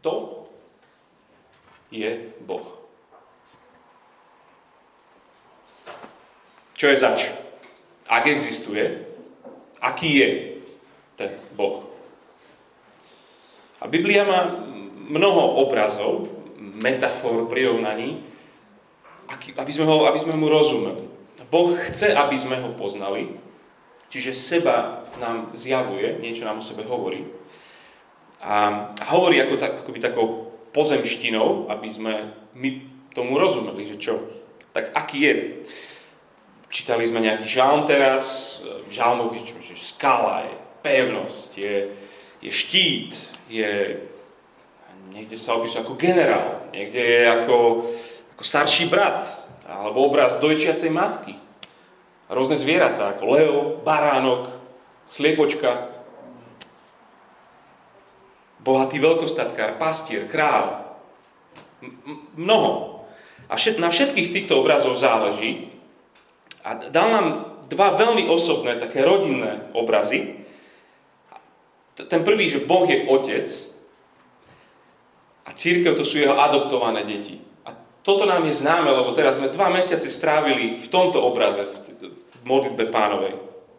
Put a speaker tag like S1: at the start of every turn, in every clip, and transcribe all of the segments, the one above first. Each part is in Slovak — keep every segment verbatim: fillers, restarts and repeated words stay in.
S1: Kto je Boh? Čo je zač? Ak existuje, aký je ten Boh? A Biblia má mnoho obrazov, metafor, prirovnaní, aby sme, ho, aby sme mu rozumeli. Boh chce, aby sme ho poznali, čiže seba nám zjavuje, niečo nám o sebe hovorí. A, a hovorí ako tak, akoby takou pozemštinou, aby sme my tomu rozumeli, že čo. Tak aký je? Čítali sme nejaký žalm teraz, v žalmoch je skala, je pevnosť, je, je štít, je, niekde sa opisuje ako generál, niekde je ako, ako starší brat, alebo obraz dojčiacej matky. Rôzne zvieratá, ako lev, baránok, sliepočka, bohatý veľkostatkár, pastier, kráľ. M- mnoho. A všet- na všetkých z týchto obrazov záleží. A dal nám dva veľmi osobné, také rodinné obrazy. Ten prvý, že Boh je otec a cirkev to sú jeho adoptované deti. A toto nám je známe, lebo teraz sme dva mesiace strávili v tomto obraze, v modlitbe Pánovej.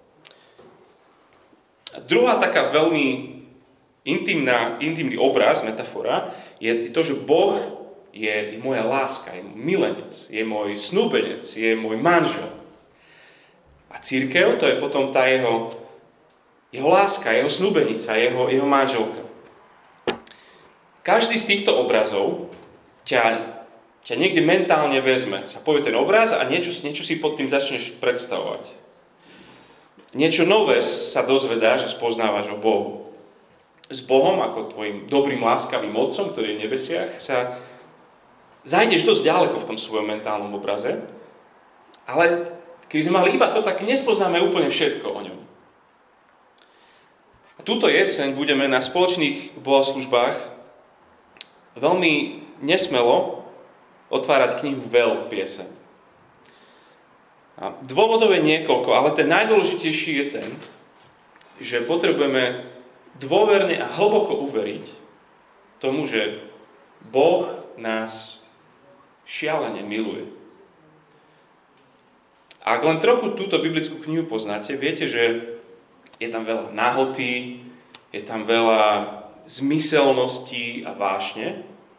S1: A druhá taká veľmi intimná, intimný obraz, metafora, je to, že Boh je, je moja láska, je môj milenec, je môj snúbenec, je môj manžel. A cirkev, to je potom tá jeho, jeho láska, jeho snúbenica, jeho, jeho manželka. Každý z týchto obrazov ťa, ťa niekde mentálne vezme. Sa povie ten obraz a niečo, niečo si pod tým začneš predstavovať. Niečo nové sa dozvedáš a spoznávaš o Bohu. S Bohom, ako tvojim dobrým, láskavým otcom, ktorý je v nebesiach, sa zajdeš dosť ďaleko v tom svojom mentálnom obraze, ale keby sme mali iba to, tak nespoznáme úplne všetko o ňom. A túto jeseň budeme na spoločných bohoslužbách veľmi nesmelo otvárať knihu Veľ pieseň. A dôvodov je niekoľko, ale ten najdôležitejší je ten, že potrebujeme dôverne a hlboko uveriť tomu, že Boh nás šialene miluje. A ak len trochu túto biblickú knihu poznáte, viete, že je tam veľa nahoty, je tam veľa zmyselností a vášne.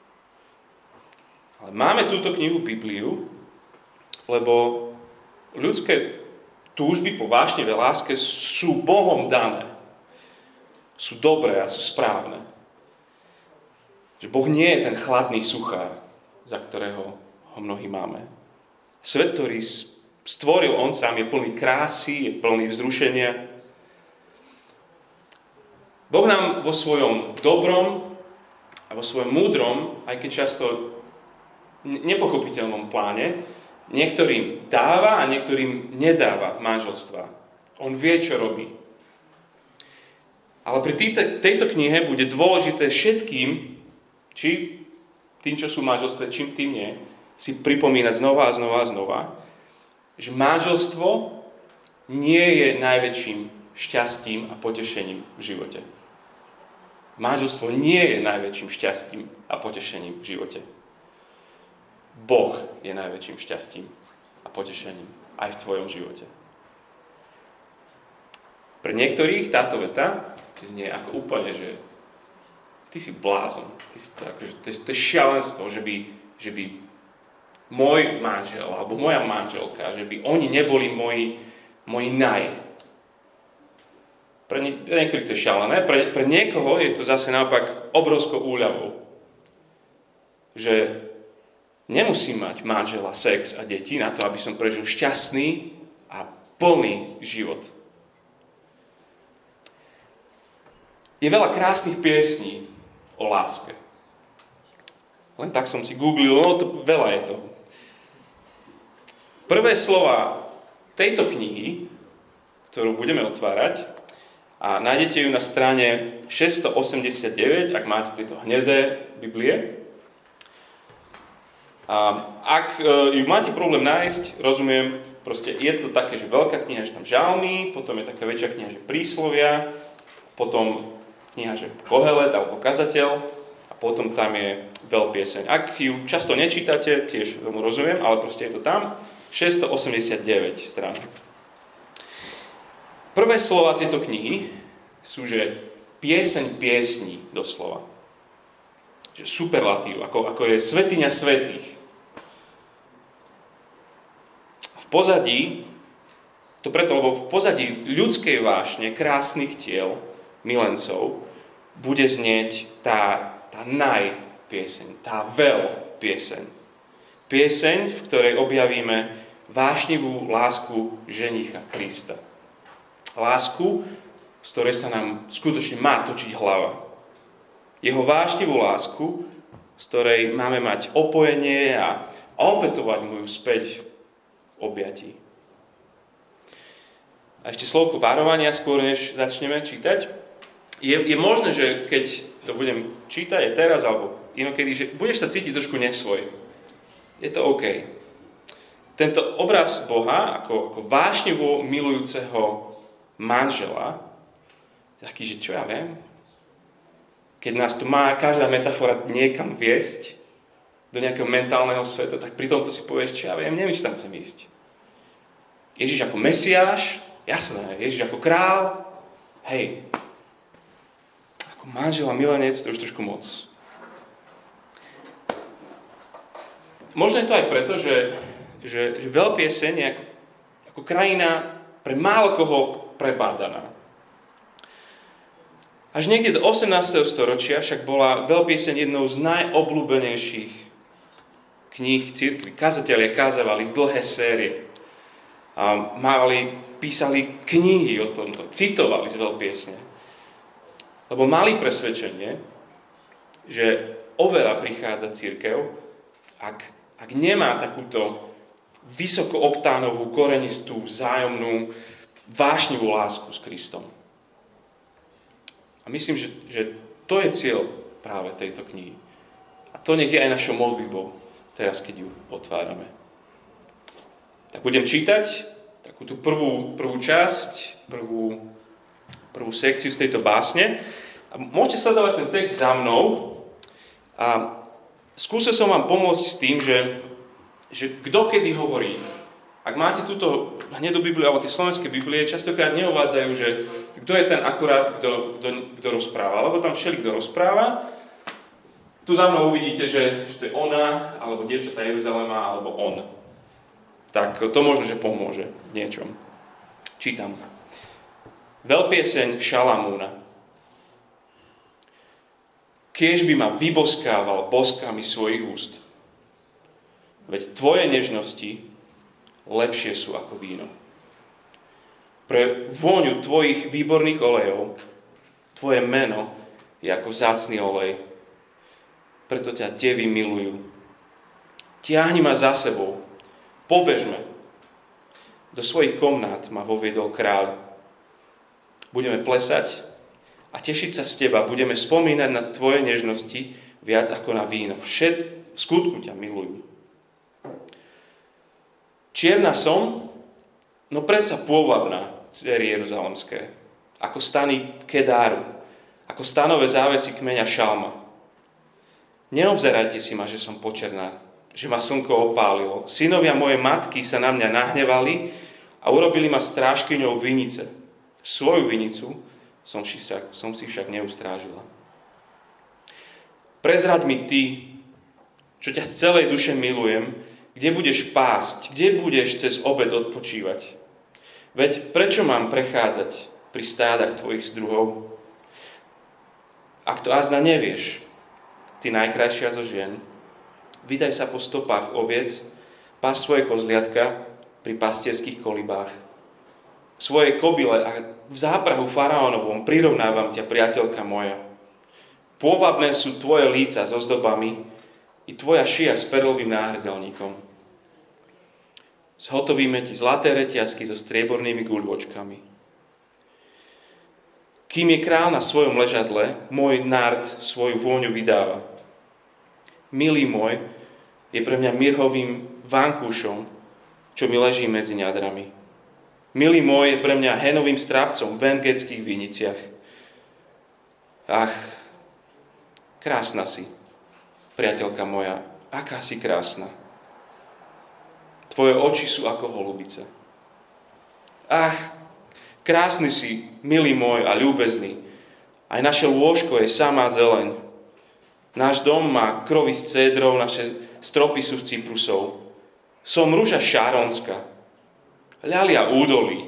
S1: Ale máme túto knihu Bibliu, lebo ľudské túžby po vášnevej láske sú Bohom dané. Sú dobré a sú správne. Že Boh nie je ten chladný suchár, za ktorého ho mnohí máme. Svet, ktorý stvoril on sám, je plný krásy, je plný vzrušenia. Boh nám vo svojom dobrom a vo svojom múdrom, aj keď často nepochopiteľnom pláne, niektorým dáva a niektorým nedáva manželstva. On vie, čo robí. Ale pri tejto knihe bude dôležité všetkým, či tým, čo sú v manželstve, čím tým nie, si pripomínať znova a znova a znova, že manželstvo nie je najväčším šťastím a potešením v živote. Manželstvo nie je najväčším šťastím a potešením v živote. Boh je najväčším šťastím a potešením aj v tvojom živote. Pre niektorých táto veta znie ako úplne, že ty si blázon, ty si to, akože, to, je, to je šialenstvo, že by, že by môj manžel alebo moja manželka, že by oni neboli moji, moji naj. Pre, nie, pre niektorých to je šialené, pre, pre niekoho je to zase naopak obrovskou úľavou. Že nemusím mať manžela, sex a deti na to, aby som prežil šťastný a plný život. Je veľa krásnych piesní o láske. Len tak som si googlil, no to veľa je toho. Prvé slova tejto knihy, ktorú budeme otvárať, a nájdete ju na strane šesťstoosemdesiatdeväť, ak máte tieto hnedé Biblie. A ak ju máte problém nájsť, rozumiem, proste je to také, že veľká kniha, že tam žalmy, potom je taká väčšia kniha, že príslovia, potom kniha, že Kohelet alebo kazateľ, a potom tam je veľpieseň. Ak ju často nečítate, tiež tomu rozumiem, ale proste je to tam, šesťstoosemdesiatdeväť strán. Prvé slova tejto knihy sú, že pieseň piesní doslova. Že superlatív, ako, ako je svätyňa svätých. V pozadí, to preto, lebo v pozadí ľudskej vášne, krásnych tiel, milencov, bude znieť tá, tá naj-pieseň, tá veľ-pieseň. Pieseň, v ktorej objavíme vášnivú lásku ženícha Krista. Lásku, z ktorej sa nám skutočne má točiť hlava. Jeho vášnivú lásku, z ktorej máme mať opojenie a opätovať mu ju späť v objatí. A ešte slovko varovania, skôr než začneme čítať. Je, je možné, že keď to budem čítať aj teraz, alebo inokedy, že budeš sa cítiť trošku nesvoj. Je to OK. Tento obraz Boha, ako, ako vášnivo milujúceho manžela, taký, že čo ja viem, keď nás tu má každá metafora niekam viesť, do nejakého mentálneho sveta, tak pri tomto si povieš, čo ja viem, neviem, či tam chcem ísť. Ježiš ako Mesiáš, jasné, Ježiš ako král, hej, ako manžel a milenec, to už trošku moc. Možno je to aj preto, že, že, že veľpieseň je ako, ako krajina pre málo koho prebádaná. Až niekde do osemnásteho storočia však bola veľpieseň jednou z najobľúbenejších kníh cirkvi. Kazatelia kázavali dlhé série. A mávali, písali knihy o tomto, citovali z veľpiesne. Lebo mali presvedčenie, že oveľa prichádza cirkev, ak, ak nemá takúto vysokooktánovú, korenistú, vzájomnú, vášnivú lásku s Kristom. A myslím, že, že to je cieľ práve tejto knihy. A to nech je aj našou modlitbou, teraz keď ju otvárame. Tak budem čítať takú tú prvú, prvú časť, prvú, prvú sekciu z tejto básne. A môžete sledovať ten text za mnou. A skúsil som vám pomôcť s tým, že, že kto kedy hovorí. Ak máte túto hnedú Bibliu, alebo tie slovenské Biblie, častokrát neuvádzajú, že kto je ten akurát, kto, kto, kto rozpráva. Lebo tam všeli, kto rozpráva. Tu za mnou uvidíte, že, že to je ona, alebo dievčatá Jeruzalema, alebo on. Tak to možno, že pomôže v niečom. Čítam. Veľpieseň Šalamúna. Kiež by ma vyboskával boskami svojich úst. Veď tvoje nežnosti lepšie sú ako víno. Pre vôňu tvojich výborných olejov tvoje meno je ako vzácny olej. Preto ťa devy milujú. Tiahni ma za sebou. Pobežme. Do svojich komnát ma voviedol kráľ. Budeme plesať a tešiť sa z teba. Budeme spomínať na tvoje nežnosti viac ako na víno. Všet v skutku ťa milujú. Čierna som, no predsa pôvabná, dcery jeruzalemské, ako stany Kedáru, ako stanové závesy kmeňa Šalma. Neobzerajte si ma, že som počerná, že ma slnko opálilo. Synovia mojej matky sa na mňa nahnevali a urobili ma strážkyňou vinice. Svoju vinicu som si však, som si však neustrážila. Prezraď mi ty, čo ťa z celej duše milujem, kde budeš pásť, kde budeš cez obed odpočívať. Veď prečo mám prechádzať pri stádach tvojich zdruhov? Ak to azda nevieš, ty najkrajšia zo žien, vydaj sa po stopách oviec, pás svoje kozliatka pri pastierských kolibách. V svojej kobyle a v záprahu faraónovom prirovnávam ťa, priateľka moja. Pôvabné sú tvoje líca so zdobami, i tvoja šia s perlovým náhrdelníkom. Zhotovíme ti zlaté reťazky so striebornými guľôčkami. Kým je král na svojom ležadle, môj nárd svoju vôňu vydáva. Milý môj je pre mňa mirhovým vankúšom, čo mi leží medzi ňadrami. Milý môj je pre mňa henovým strápcom v engetských viniciach. Ach, krásna si, priateľka moja, aká si krásna. Tvoje oči sú ako holubice. Ach, krásny si, milý môj a ľúbezný. Aj naše lôžko je samá zeleň. Náš dom má krovy z cédrov, naše stropy sú z cyprusov. Som ruža šáronská, ľalia údolí.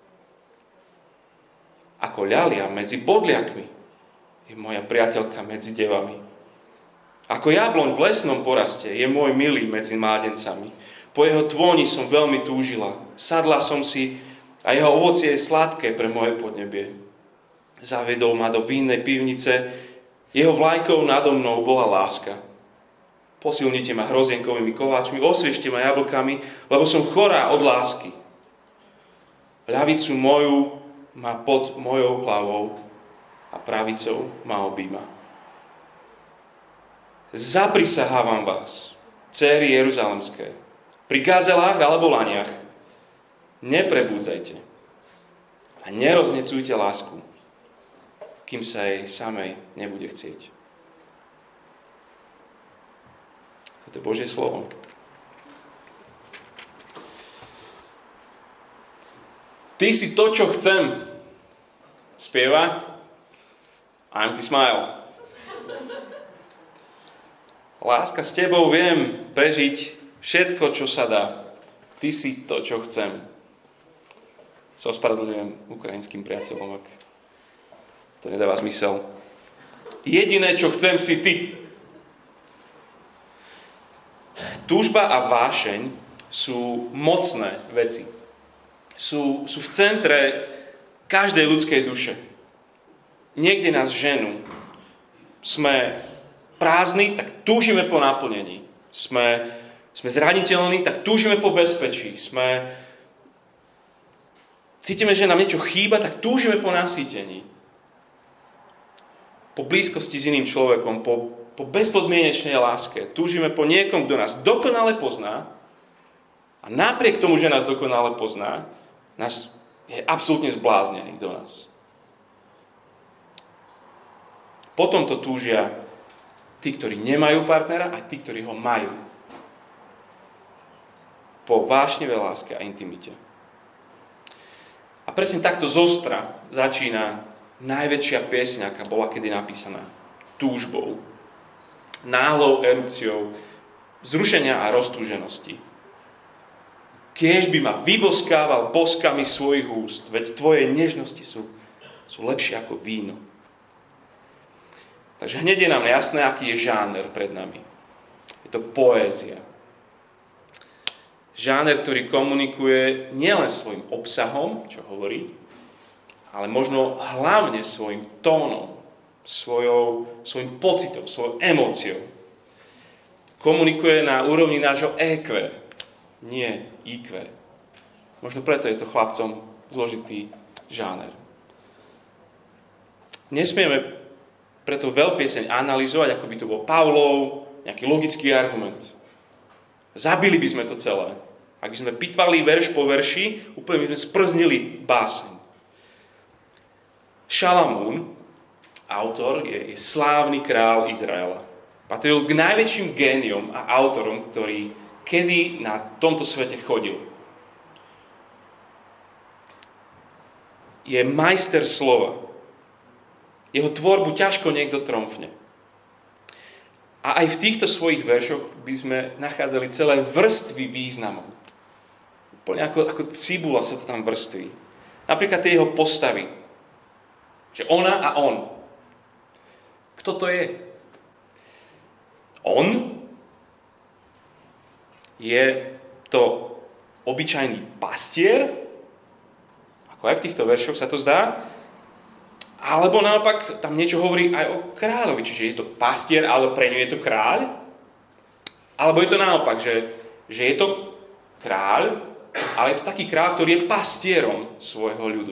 S1: Ako ľalia medzi bodliakmi je moja priateľka medzi devami. Ako jabloň v lesnom poraste je môj milý medzi mládencami. Po jeho tvoni som veľmi túžila. Sadla som si a jeho ovocie je sladké pre moje podnebie. Zavedol ma do vínnej pivnice, jeho vlajkou nado mnou bola láska. Posilnite ma hrozienkovými koláčmi, osviežte ma jablkami, lebo som chorá od lásky. Ľavicu moju má pod mojou hlavou a pravicou ma objíma. Zaprisahávam vás, céry jeruzalemské, pri gazelách alebo laniach, neprebúdzajte a neroznecujte lásku, kým sa jej samej nebude chcieť. Toto je Božie slovo. Ty si to, čo chcem, spieva I'm the smile. Láska, s tebou viem prežiť všetko, čo sa dá. Ty si to, čo chcem. Sa ospravedlňujem ukrajinským priateľom, ak to nedáva zmysel. Jediné, čo chcem, si ty. Túžba a vášeň sú mocné veci. Sú, sú v centre každej ľudskej duše. Niekde nás ženú. Sme prázdni, tak túžime po naplnení. Sme, sme zraniteľní, tak túžime po bezpečí. Sme, cítime, že nám niečo chýba, tak túžime po nasýtení. Po blízkosti s iným človekom, po, po bezpodmienečnej láske. Túžime po niekom, kto nás dokonale pozná a napriek tomu, že nás dokonale pozná, nás je absolútne zbláznený do nás. Potom to túžia tí, ktorí nemajú partnera a tí, ktorí ho majú. Po vášnivej láske a intimite. A presne takto zostra začína najväčšia pieseň, aká bola kedy napísaná. Túžbou. Náhlou erupciou vzrušenia a roztúženosti. Kiež by ma vyboskával boskami svojich úst, veď tvoje nežnosti sú, sú lepšie ako víno. Takže hneď je nám jasné, aký je žáner pred nami. Je to poézia. Žáner, ktorý komunikuje nielen svojim obsahom, čo hovorí, ale možno hlavne svojim tónom, svojou, svojim pocitom, svojou emóciou. Komunikuje na úrovni nášho é kvé, nie í kvé. Možno preto je to chlapcom zložitý žáner. Nesmieme preto veľpieseň analyzovať, ako by to bol Pavlov, nejaký logický argument. Zabili by sme to celé. Ak by sme pitvali verš po verši, úplne by sme sprznili báseň. Šalamún, autor, je, je slávny král Izraela. Patril k najväčším géniom a autorom, ktorý kedy na tomto svete chodil. Je majster slova. Jeho tvorbu ťažko niekto tromfne. A aj v týchto svojich veršoch by sme nachádzali celé vrstvy významov. Úplne ako, ako cibula sa to tam vrství. Napríklad tie jeho postavy. Že ona a on. Kto to je? On je to obyčajný pastier, ako aj v týchto veršoch sa to zdá, alebo naopak tam niečo hovorí aj o kráľovi, čiže je to pastier, ale pre ňu je to kráľ, alebo je to naopak, že, že je to kráľ, ale je to taký kráľ, ktorý je pastierom svojho ľudu.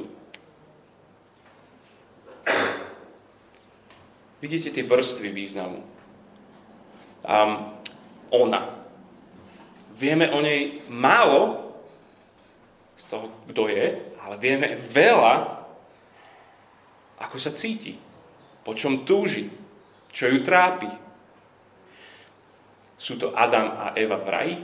S1: Vidíte tie vrstvy významu. Um, ona. Vieme o nej málo z toho, kto je, ale vieme veľa, ako sa cíti, po čom túži, Čo ju trápi? Sú to Adam a Eva v raji?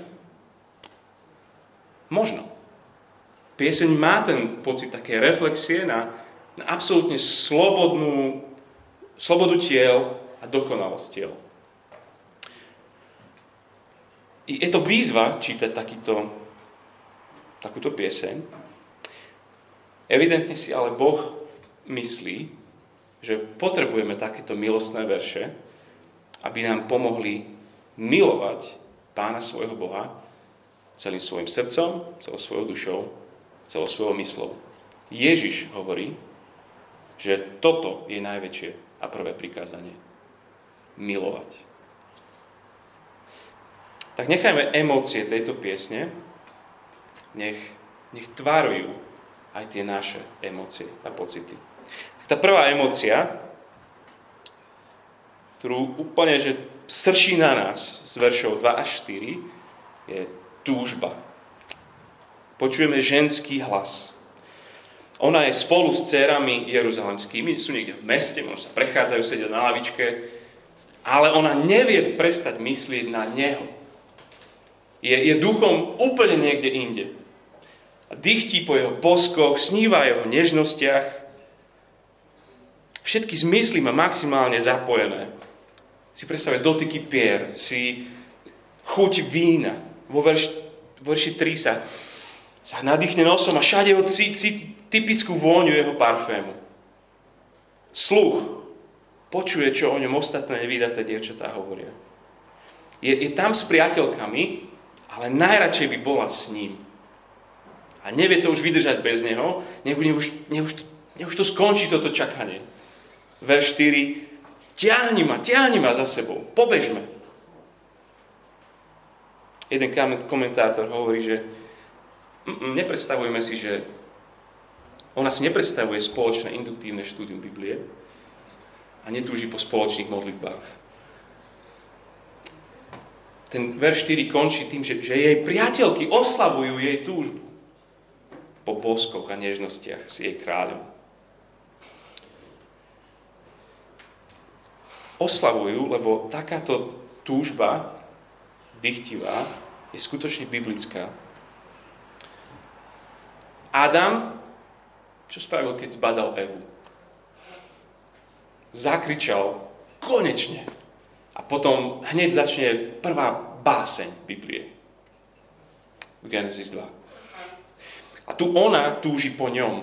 S1: Možno. Pieseň má ten pocit také reflexie na, na absolútne slobodnú, slobodu tiel a dokonalosť tiel. Je to výzva čítať takýto, takúto pieseň. Evidentne si ale Boh myslí, že potrebujeme takéto milostné verše, aby nám pomohli milovať Pána svojho Boha celým svojim srdcom, celou svojou dušou, celou svojou myslou. Ježiš hovorí, že toto je najväčšie a prvé prikázanie. Milovať. Tak nechajme emócie tejto piesne, nech, nech tvarujú aj tie naše emócie a pocity. Tá prvá emócia, ktorú úplne že srší na nás z veršov dva až štyri, je túžba. Počujeme ženský hlas. Ona je spolu s dcérami jeruzalemskými, sú niekde v meste, možno sa prechádzajú, sedia na lavičke, ale ona nevie prestať myslieť na neho. Je, je duchom úplne niekde inde. A dychtí po jeho boskoch, sníva o jeho nežnostiach. Všetky zmysly má maximálne zapojené. Si predstavuje dotyky pier, si chuť vína. Vo verši, verši tri sa, sa nadýchne nosom a všade ho cíti typickú vôňu jeho parfému. Sluch počuje, čo o ňom ostatné nevydaté dievčatá hovoria. Je, je tam s priateľkami, ale najradšej by bola s ním. A nevie to už vydržať bez neho, nech, nech, už, nech, už, to, nech už to skončí toto čakanie. Verš štyri. Ťahni ma, ťahni ma za sebou, pobežme. Jeden komentátor hovorí, že nepredstavujeme si, že ona si nepredstavuje spoločné induktívne štúdium Biblie a netúži po spoločných modlitbách. Ten verš štyri končí tým, že, že jej priateľky oslavujú jej túžbu po boskoch a nežnostiach s jej kráľom. Oslavujú, lebo takáto túžba dychtivá je skutočne biblická. Adam, čo spravil, keď zbadal Evu? Zakričal, konečne. A potom hneď začne prvá báseň Biblie. Genesis dva. A tu ona túži po ňom.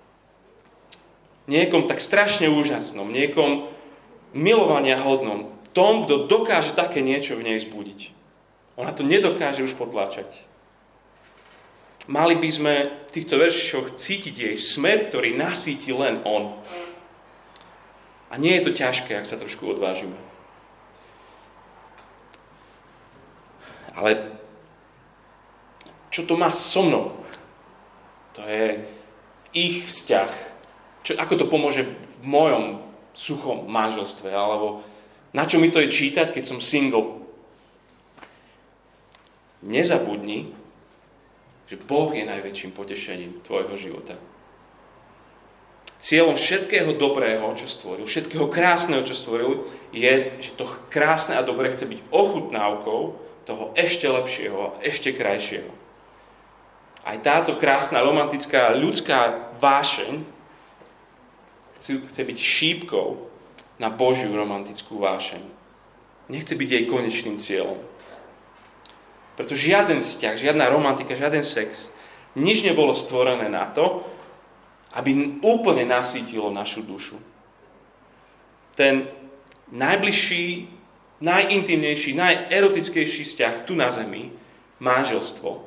S1: Niekom tak strašne úžasnom, niekom milovania hodnom, tom, kto dokáže také niečo v nej vzbudiť. Ona to nedokáže už potláčať. Mali by sme v týchto veršoch cítiť jej smet, ktorý nasíti len on. A nie je to ťažké, ak sa trošku odvážime. Ale čo to má so mnou? To je ich vzťah. Čo, ako to pomôže v mojom suchom manželstve? Alebo na čo mi to je čítať, keď som single? Nezabudni, že Boh je najväčším potešením tvojho života. Cieľom všetkého dobrého, čo stvoril, všetkého krásneho, čo stvoril, je, že to krásne a dobré chce byť ochutnávkou toho ešte lepšieho a ešte krajšieho. Aj táto krásna, romantická, ľudská vášeň chce, chce byť šípkou na Božiu romantickú vášeň. Nechce byť jej konečným cieľom. Preto žiaden vzťah, žiadna romantika, žiaden sex, nič nebolo stvorené na to, aby úplne nasýtilo našu dušu. Ten najbližší, najintimnejší, najerotickejší vzťah tu na zemi, manželstvo,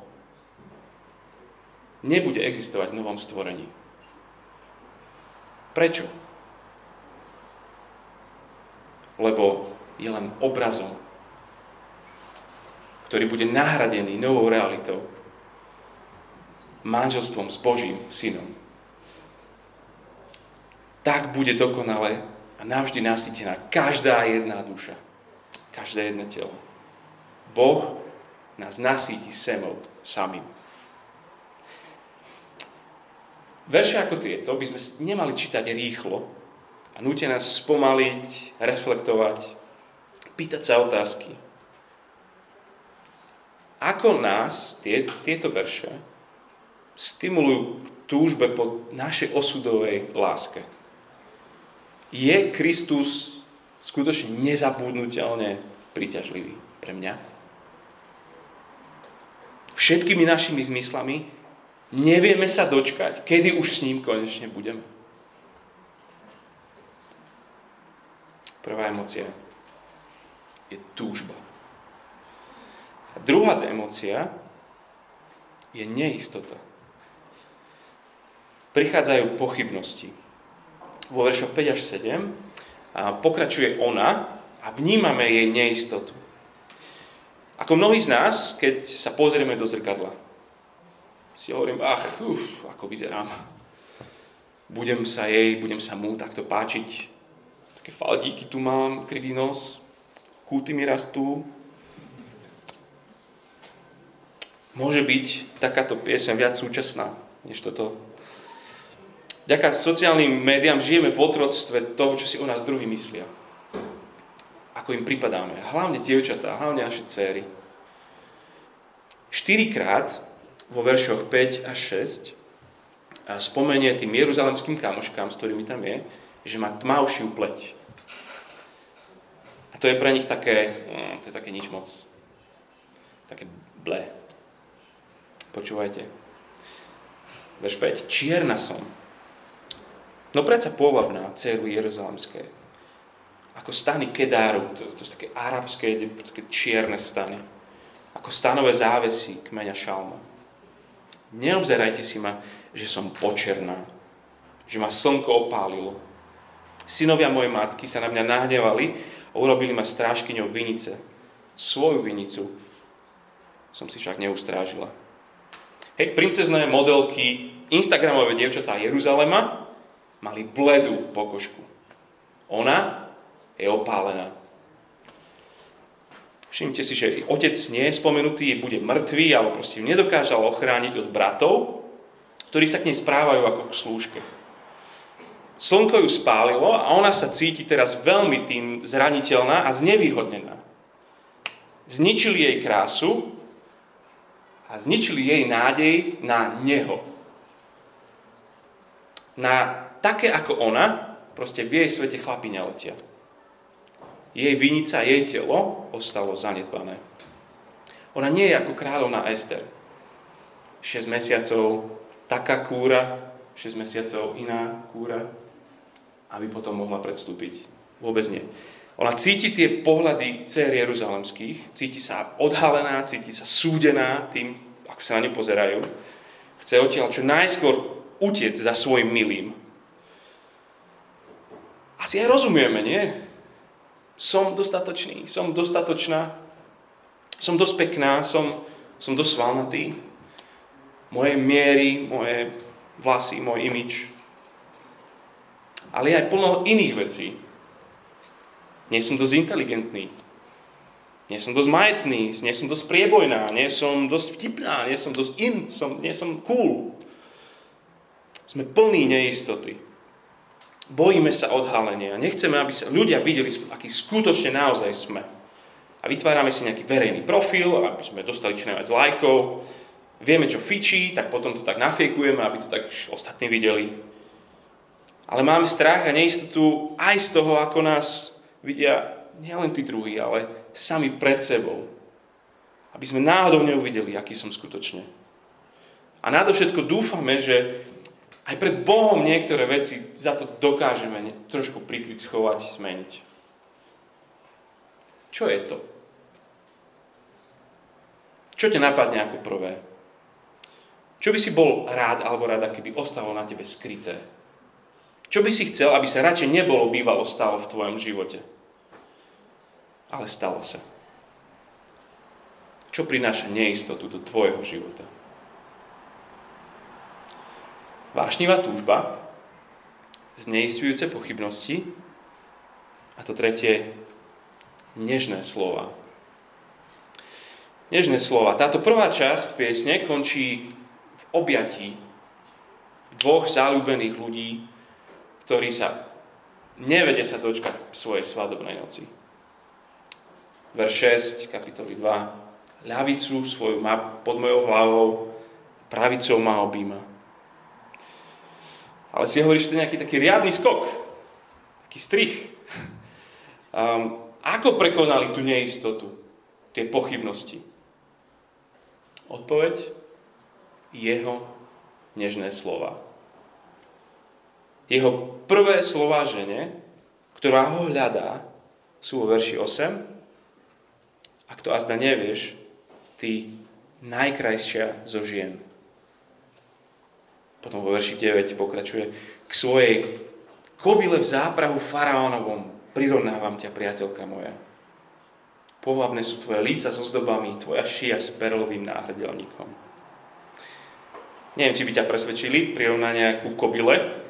S1: nebude existovať v novom stvorení. Prečo? Lebo je len obrazom, ktorý bude nahradený novou realitou, manželstvom s Božím synom. Tak bude dokonale a navždy nasýtená každá jedna duša, každé jedno telo. Boh nás nasýti semou samým. Verše ako tieto by sme nemali čítať rýchlo a nútia nás spomaliť, reflektovať pýtať sa otázky. Ako nás tie, tieto verše stimulujú túžbe po našej osudovej láske? Je Kristus skutočne nezabudnutelne príťažlivý pre mňa? Všetkými našimi zmyslami nevieme sa dočkať, kedy už s ním konečne budeme. Prvá emócia je túžba. A druhá emócia je neistota. Prichádzajú pochybnosti. Vo veršoch päť až sedem a pokračuje ona a vnímame jej neistotu. Ako mnohí z nás, keď sa pozrieme do zrkadla, si hovorím, ach, uf, ako vyzerám. Budem sa jej, budem sa mu takto páčiť. Také faldíky tu mám, krivý nos, kúty mi rastú. Môže byť takáto pieseň viac súčasná, než toto. Vďaka sociálnym médiám žijeme v otroctve toho, čo si o nás druhí myslia. Ako im pripadáme. Hlavne dievčatá, hlavne naše dcéry. Štyrikrát vo veršoch päť až šesť spomenie tým jeruzalemským kamoškám, s ktorými tam je, že má tmavšiu pleť. A to je pre nich také, mm, to je také nič moc. Také blé. Počúvajte. Verš päť. Čierna som. No predsa pôvabná, dcéru jeruzalemské. Ako stany Kedáru, to, to sú také arabské, také čierne stany. Ako stanové závesy kmeňa Šalma. Neobzerajte si ma, že som počerná, že ma slnko opálilo. Synovia mojej matky sa na mňa nahnevali a urobili ma strážkyňou vinice. Svoju vinicu som si však neustrážila. Hej, princezné modelky, instagramové dievčatá Jeruzalema mali bledú pokožku. Ona je opálená. Všimnite si, že otec nie je spomenutý, bude mŕtvý, alebo proste ju nedokážal ochrániť od bratov, ktorí sa k nej správajú ako k slúžke. Slnko ju spálilo a ona sa cíti teraz veľmi tým zraniteľná a znevýhodnená. Zničili jej krásu a zničili jej nádej na neho. Na také ako ona, proste v jej svete chlapi neletia. Jej vinica, jej telo ostalo zanedbané. Ona nie je ako kráľovná Ester. šesť mesiacov taká kúra, šesť mesiacov iná kúra, aby potom mohla predstúpiť. Vôbec nie. Ona cíti tie pohľady dcér jeruzalemských, cíti sa odhalená, cíti sa súdená tým, ako sa na ňu pozerajú. Chce odtiaľ čo najskôr utiec za svojim milým. Asi aj rozumieme, nie? Som dostatočný, som dostatočná, som dosť pekná, som, som dosť svalnatý. Moje miery, moje vlasy, môj imič. Ale je aj plno iných vecí. Nie som dosť inteligentný. Nie som dosť majetný, nie som dosť priebojná, nie som dosť vtipná, nie som dosť in, som, nie som cool. Sme plní neistoty. Bojíme sa odhalenia. Nechceme, aby sa ľudia videli, aký skutočne naozaj sme. A vytvárame si nejaký verejný profil, aby sme dostali čo najviac lajkov. Vieme, čo fičí, tak potom to tak nafejkujeme, aby to tak ostatní videli. Ale máme strach a neistotu aj z toho, ako nás vidia nielen tí druhí, ale sami pred sebou. Aby sme náhodou neuvideli, aký som skutočne. A nadovšetko dúfame, že aj pred Bohom niektoré veci za to dokážeme trošku prikryť, schovať, zmeniť. Čo je to? Čo ťa napadne ako prvé? Čo by si bol rád alebo rada, keby ostalo na tebe skryté? Čo by si chcel, aby sa radšej nebolo bývalo stalo v tvojom živote? Ale stalo sa. Čo prináša neistotu do tvojho života? Vášnivá túžba, zneistujúce pochybnosti a to tretie, nežné slova. Nežné slova. Táto prvá časť piesne končí v objatí dvoch záľubených ľudí, ktorí sa nevedia sa dočkať svojej svadobnej noci. Verš šesť, kapitoly dva. Ľavicu svoju má pod mojou hlavou, pravicou ma objíma. Ale si hovoríš, že to je nejaký taký riadny skok, taký strich. Um, ako prekonali tú neistotu, tie pochybnosti? Odpoveď? Jeho nežné slova. Jeho prvé slova žene, ktorá ho hľadá, sú vo verši osem. Ak to azda nevieš, ty najkrajšia zo žien. Potom vo verši deväť pokračuje: k svojej kobyle v záprahu faraónovom prirovnávam ťa, priateľka moja. Povabné sú tvoje líca so zdobami, tvoja šia s perlovým náhrdelníkom. Neviem, či by ťa presvedčili prirovnania ku kobyle,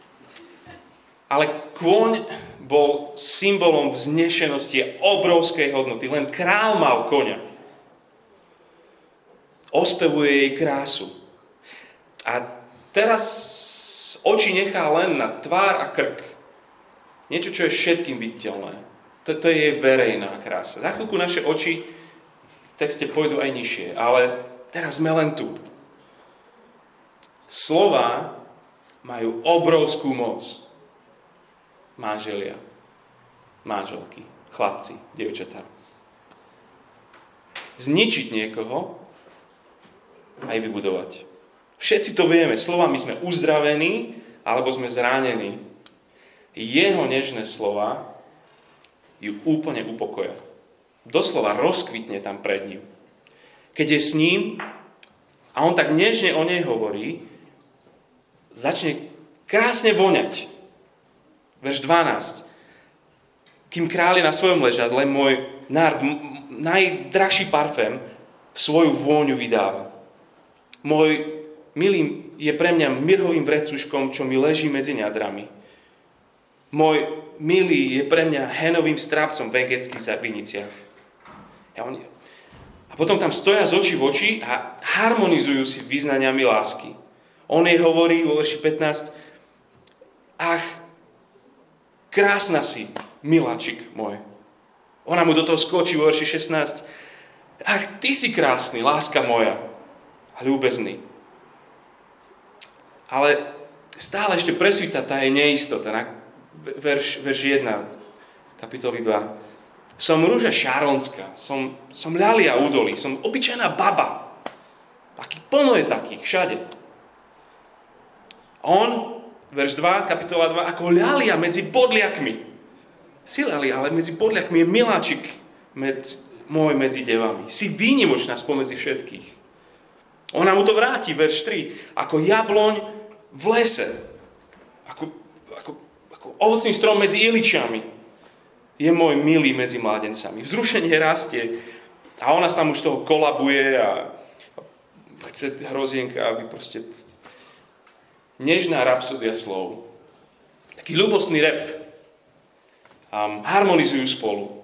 S1: ale kôň bol symbolom vznešenosti a obrovskej hodnoty. Len král mal koňa. Ospevuje jej krásu. A teraz oči nechá len na tvár a krk. Niečo, čo je všetkým viditeľné. Toto je jej verejná krása. Za chvíľku naše oči v texte pôjdu aj nižšie, ale teraz sme len tu. Slová majú obrovskú moc. Manželia, manželky, chlapci, dievčatá. Zničiť niekoho aj vybudovať. Všetci to vieme. Slovami sme uzdravení alebo sme zranení. Jeho nežné slova ju úplne upokoja. Doslova rozkvitne tam pred ním. Keď je s ním a on tak nežne o nej hovorí, začne krásne voňať. Verš dvanásť. Kým kráľ je na svojom ležadle, môj nárd, najdrahší parfém, svoju vôňu vydáva. Môj milý je pre mňa mirhovým vrecuškom, čo mi leží medzi ňadrami. Môj milý je pre mňa henovým strápcom v egeckých zabiniciach. A potom tam stoja z očí v oči a harmonizujú si vyznaniami lásky. On jej hovorí vo verši pätnásť: ach, krásna si, miláčik môj. Ona mu do toho skočí vo verši šestnásť: ach, ty si krásny, láska moja, ľúbezný. Ale stále ešte presvíta tá jej neistota. Na verš, verš jeden, kapitoly dva. Som rúža šaronská, som, som ľalia údolí, som obyčajná baba. Taký plno je takých, všade. On, verš dva, kapitola dva, ako ľalia medzi podliakmi. Si ľalia, ale medzi podliakmi je miláčik medzi, môj medzi devami. Si výnimočná spomedzi všetkých. Ona mu to vráti, verš tri, ako jabloň v lese. Ako, ako, ako ovocný strom medzi iličiami. Je môj milý medzi mládencami. Vzrušenie rastie a ona sa tam už z toho kolabuje a chce hrozienka, aby proste... Nežná rapsodia slov. Taký ľubostný rap. Um, harmonizujú spolu.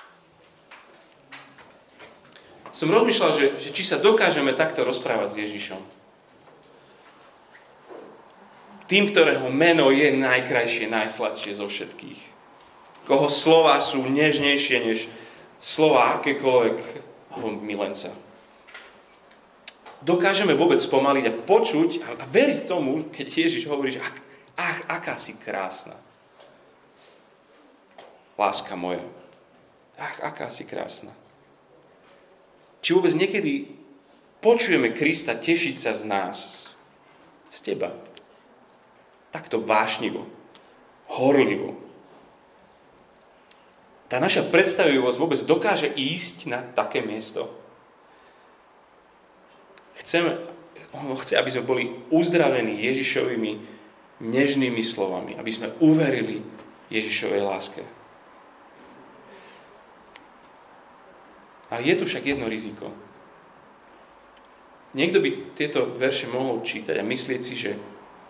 S1: Som rozmýšľal, že, že či sa dokážeme takto rozprávať s Ježišom. Tým, ktorého meno je najkrajšie, najsladšie zo všetkých. Koho slova sú nežnejšie než slova akékoľvek milenca. Dokážeme vôbec spomaliť a počuť a veriť tomu, keď Ježiš hovorí, že ach, ach, aká si krásna. Láska moja. Ach, aká si krásna. Či vôbec niekedy počujeme Krista tešiť sa z nás, z teba. Takto vášnivo, horlivo. Tá naša predstavivosť vôbec dokáže ísť na také miesto. Chceme, on chce, aby sme boli uzdravení Ježišovými nežnými slovami, aby sme uverili Ježišovej láske. Ale je tu však jedno riziko. Niekto by tieto verše mohol čítať a myslieť si, že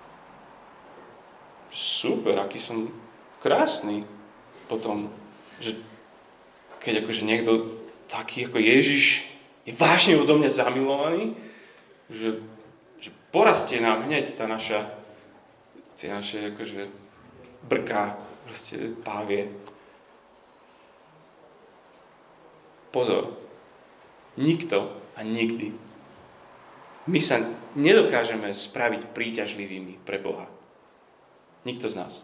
S1: super, aký som krásny. Potom, že keď akože niekto taký ako Ježiš je vážne odo mňa zamilovaný, že, že porastie nám hneď tá naša tie naše akože brká, proste pávie. Pozor. Nikto a nikdy. My sa nedokážeme spraviť príťažlivými pre Boha. Nikto z nás.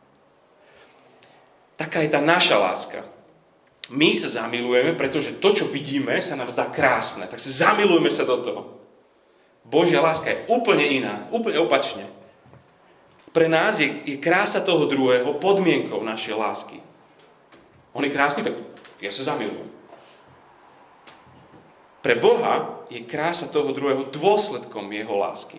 S1: Taká je tá naša láska. My sa zamilujeme, pretože to, čo vidíme, sa nám zdá krásne. Tak sa zamilujeme sa do toho. Božia láska je úplne iná, úplne opačne. Pre nás je, je krása toho druhého podmienkou našej lásky. On je krásny, tak ja sa zamilujem. Pre Boha je krása toho druhého dôsledkom jeho lásky.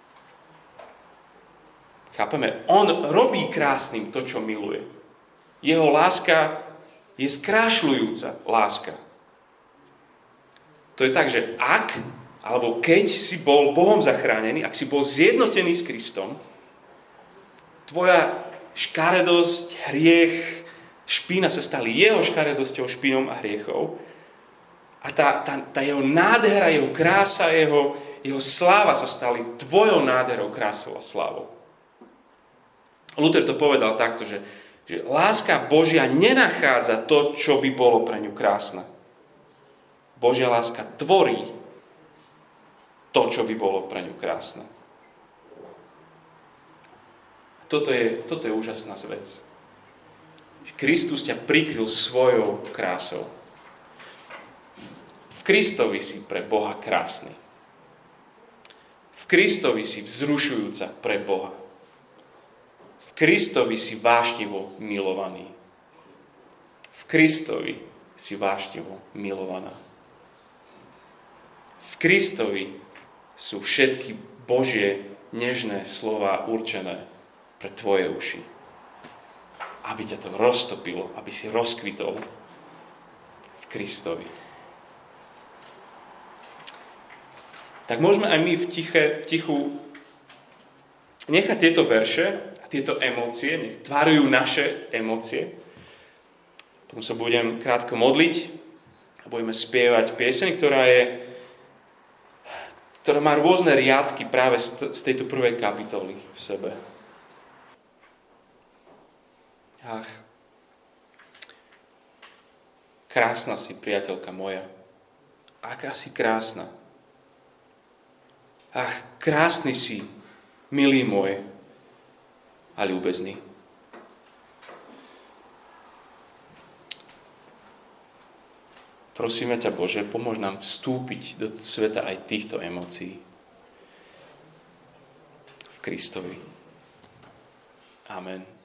S1: Chápeme? On robí krásnym to, čo miluje. Jeho láska je skrášľujúca láska. To je tak, že ak, alebo keď si bol Bohom zachránený, ak si bol zjednotený s Kristom, tvoja škaredosť, hriech, špína sa stali jeho škaredosťou, špínom a hriechov. A tá, tá, tá jeho nádhera, jeho krása, jeho, jeho sláva sa stali tvojou nádherou, krásou a slávou. Luther to povedal takto, že že láska Božia nenachádza to, čo by bolo pre ňu krásne. Božia láska tvorí to, čo by bolo pre ňu krásne. Toto je, toto je úžasná vec. Kristus ťa prikryl svojou krásou. V Kristovi si pre Boha krásny. V Kristovi si vzrušujúca pre Boha. V Kristovi si vášnivo milovaný. V Kristovi si vášnivo milovaná. V Kristovi sú všetky Božie nežné slová určené pre tvoje uši. Aby ťa to roztopilo, aby si rozkvitol v Kristovi. Tak môžeme aj my v, tiche, v tichu nechať tieto verše, tieto emócie, nech tvarujú naše emócie. Potom sa budem krátko modliť a budeme spievať pieseň, ktorá je, ktorá má rôzne riadky práve z tejto prvej kapitoly v sebe. Ach, krásna si, priateľka moja. Aká si krásna. Ach, krásny si, milý môj a ľúbezný. Prosíme ťa, Bože, pomôž nám vstúpiť do sveta aj týchto emócií v Kristovi. Amen.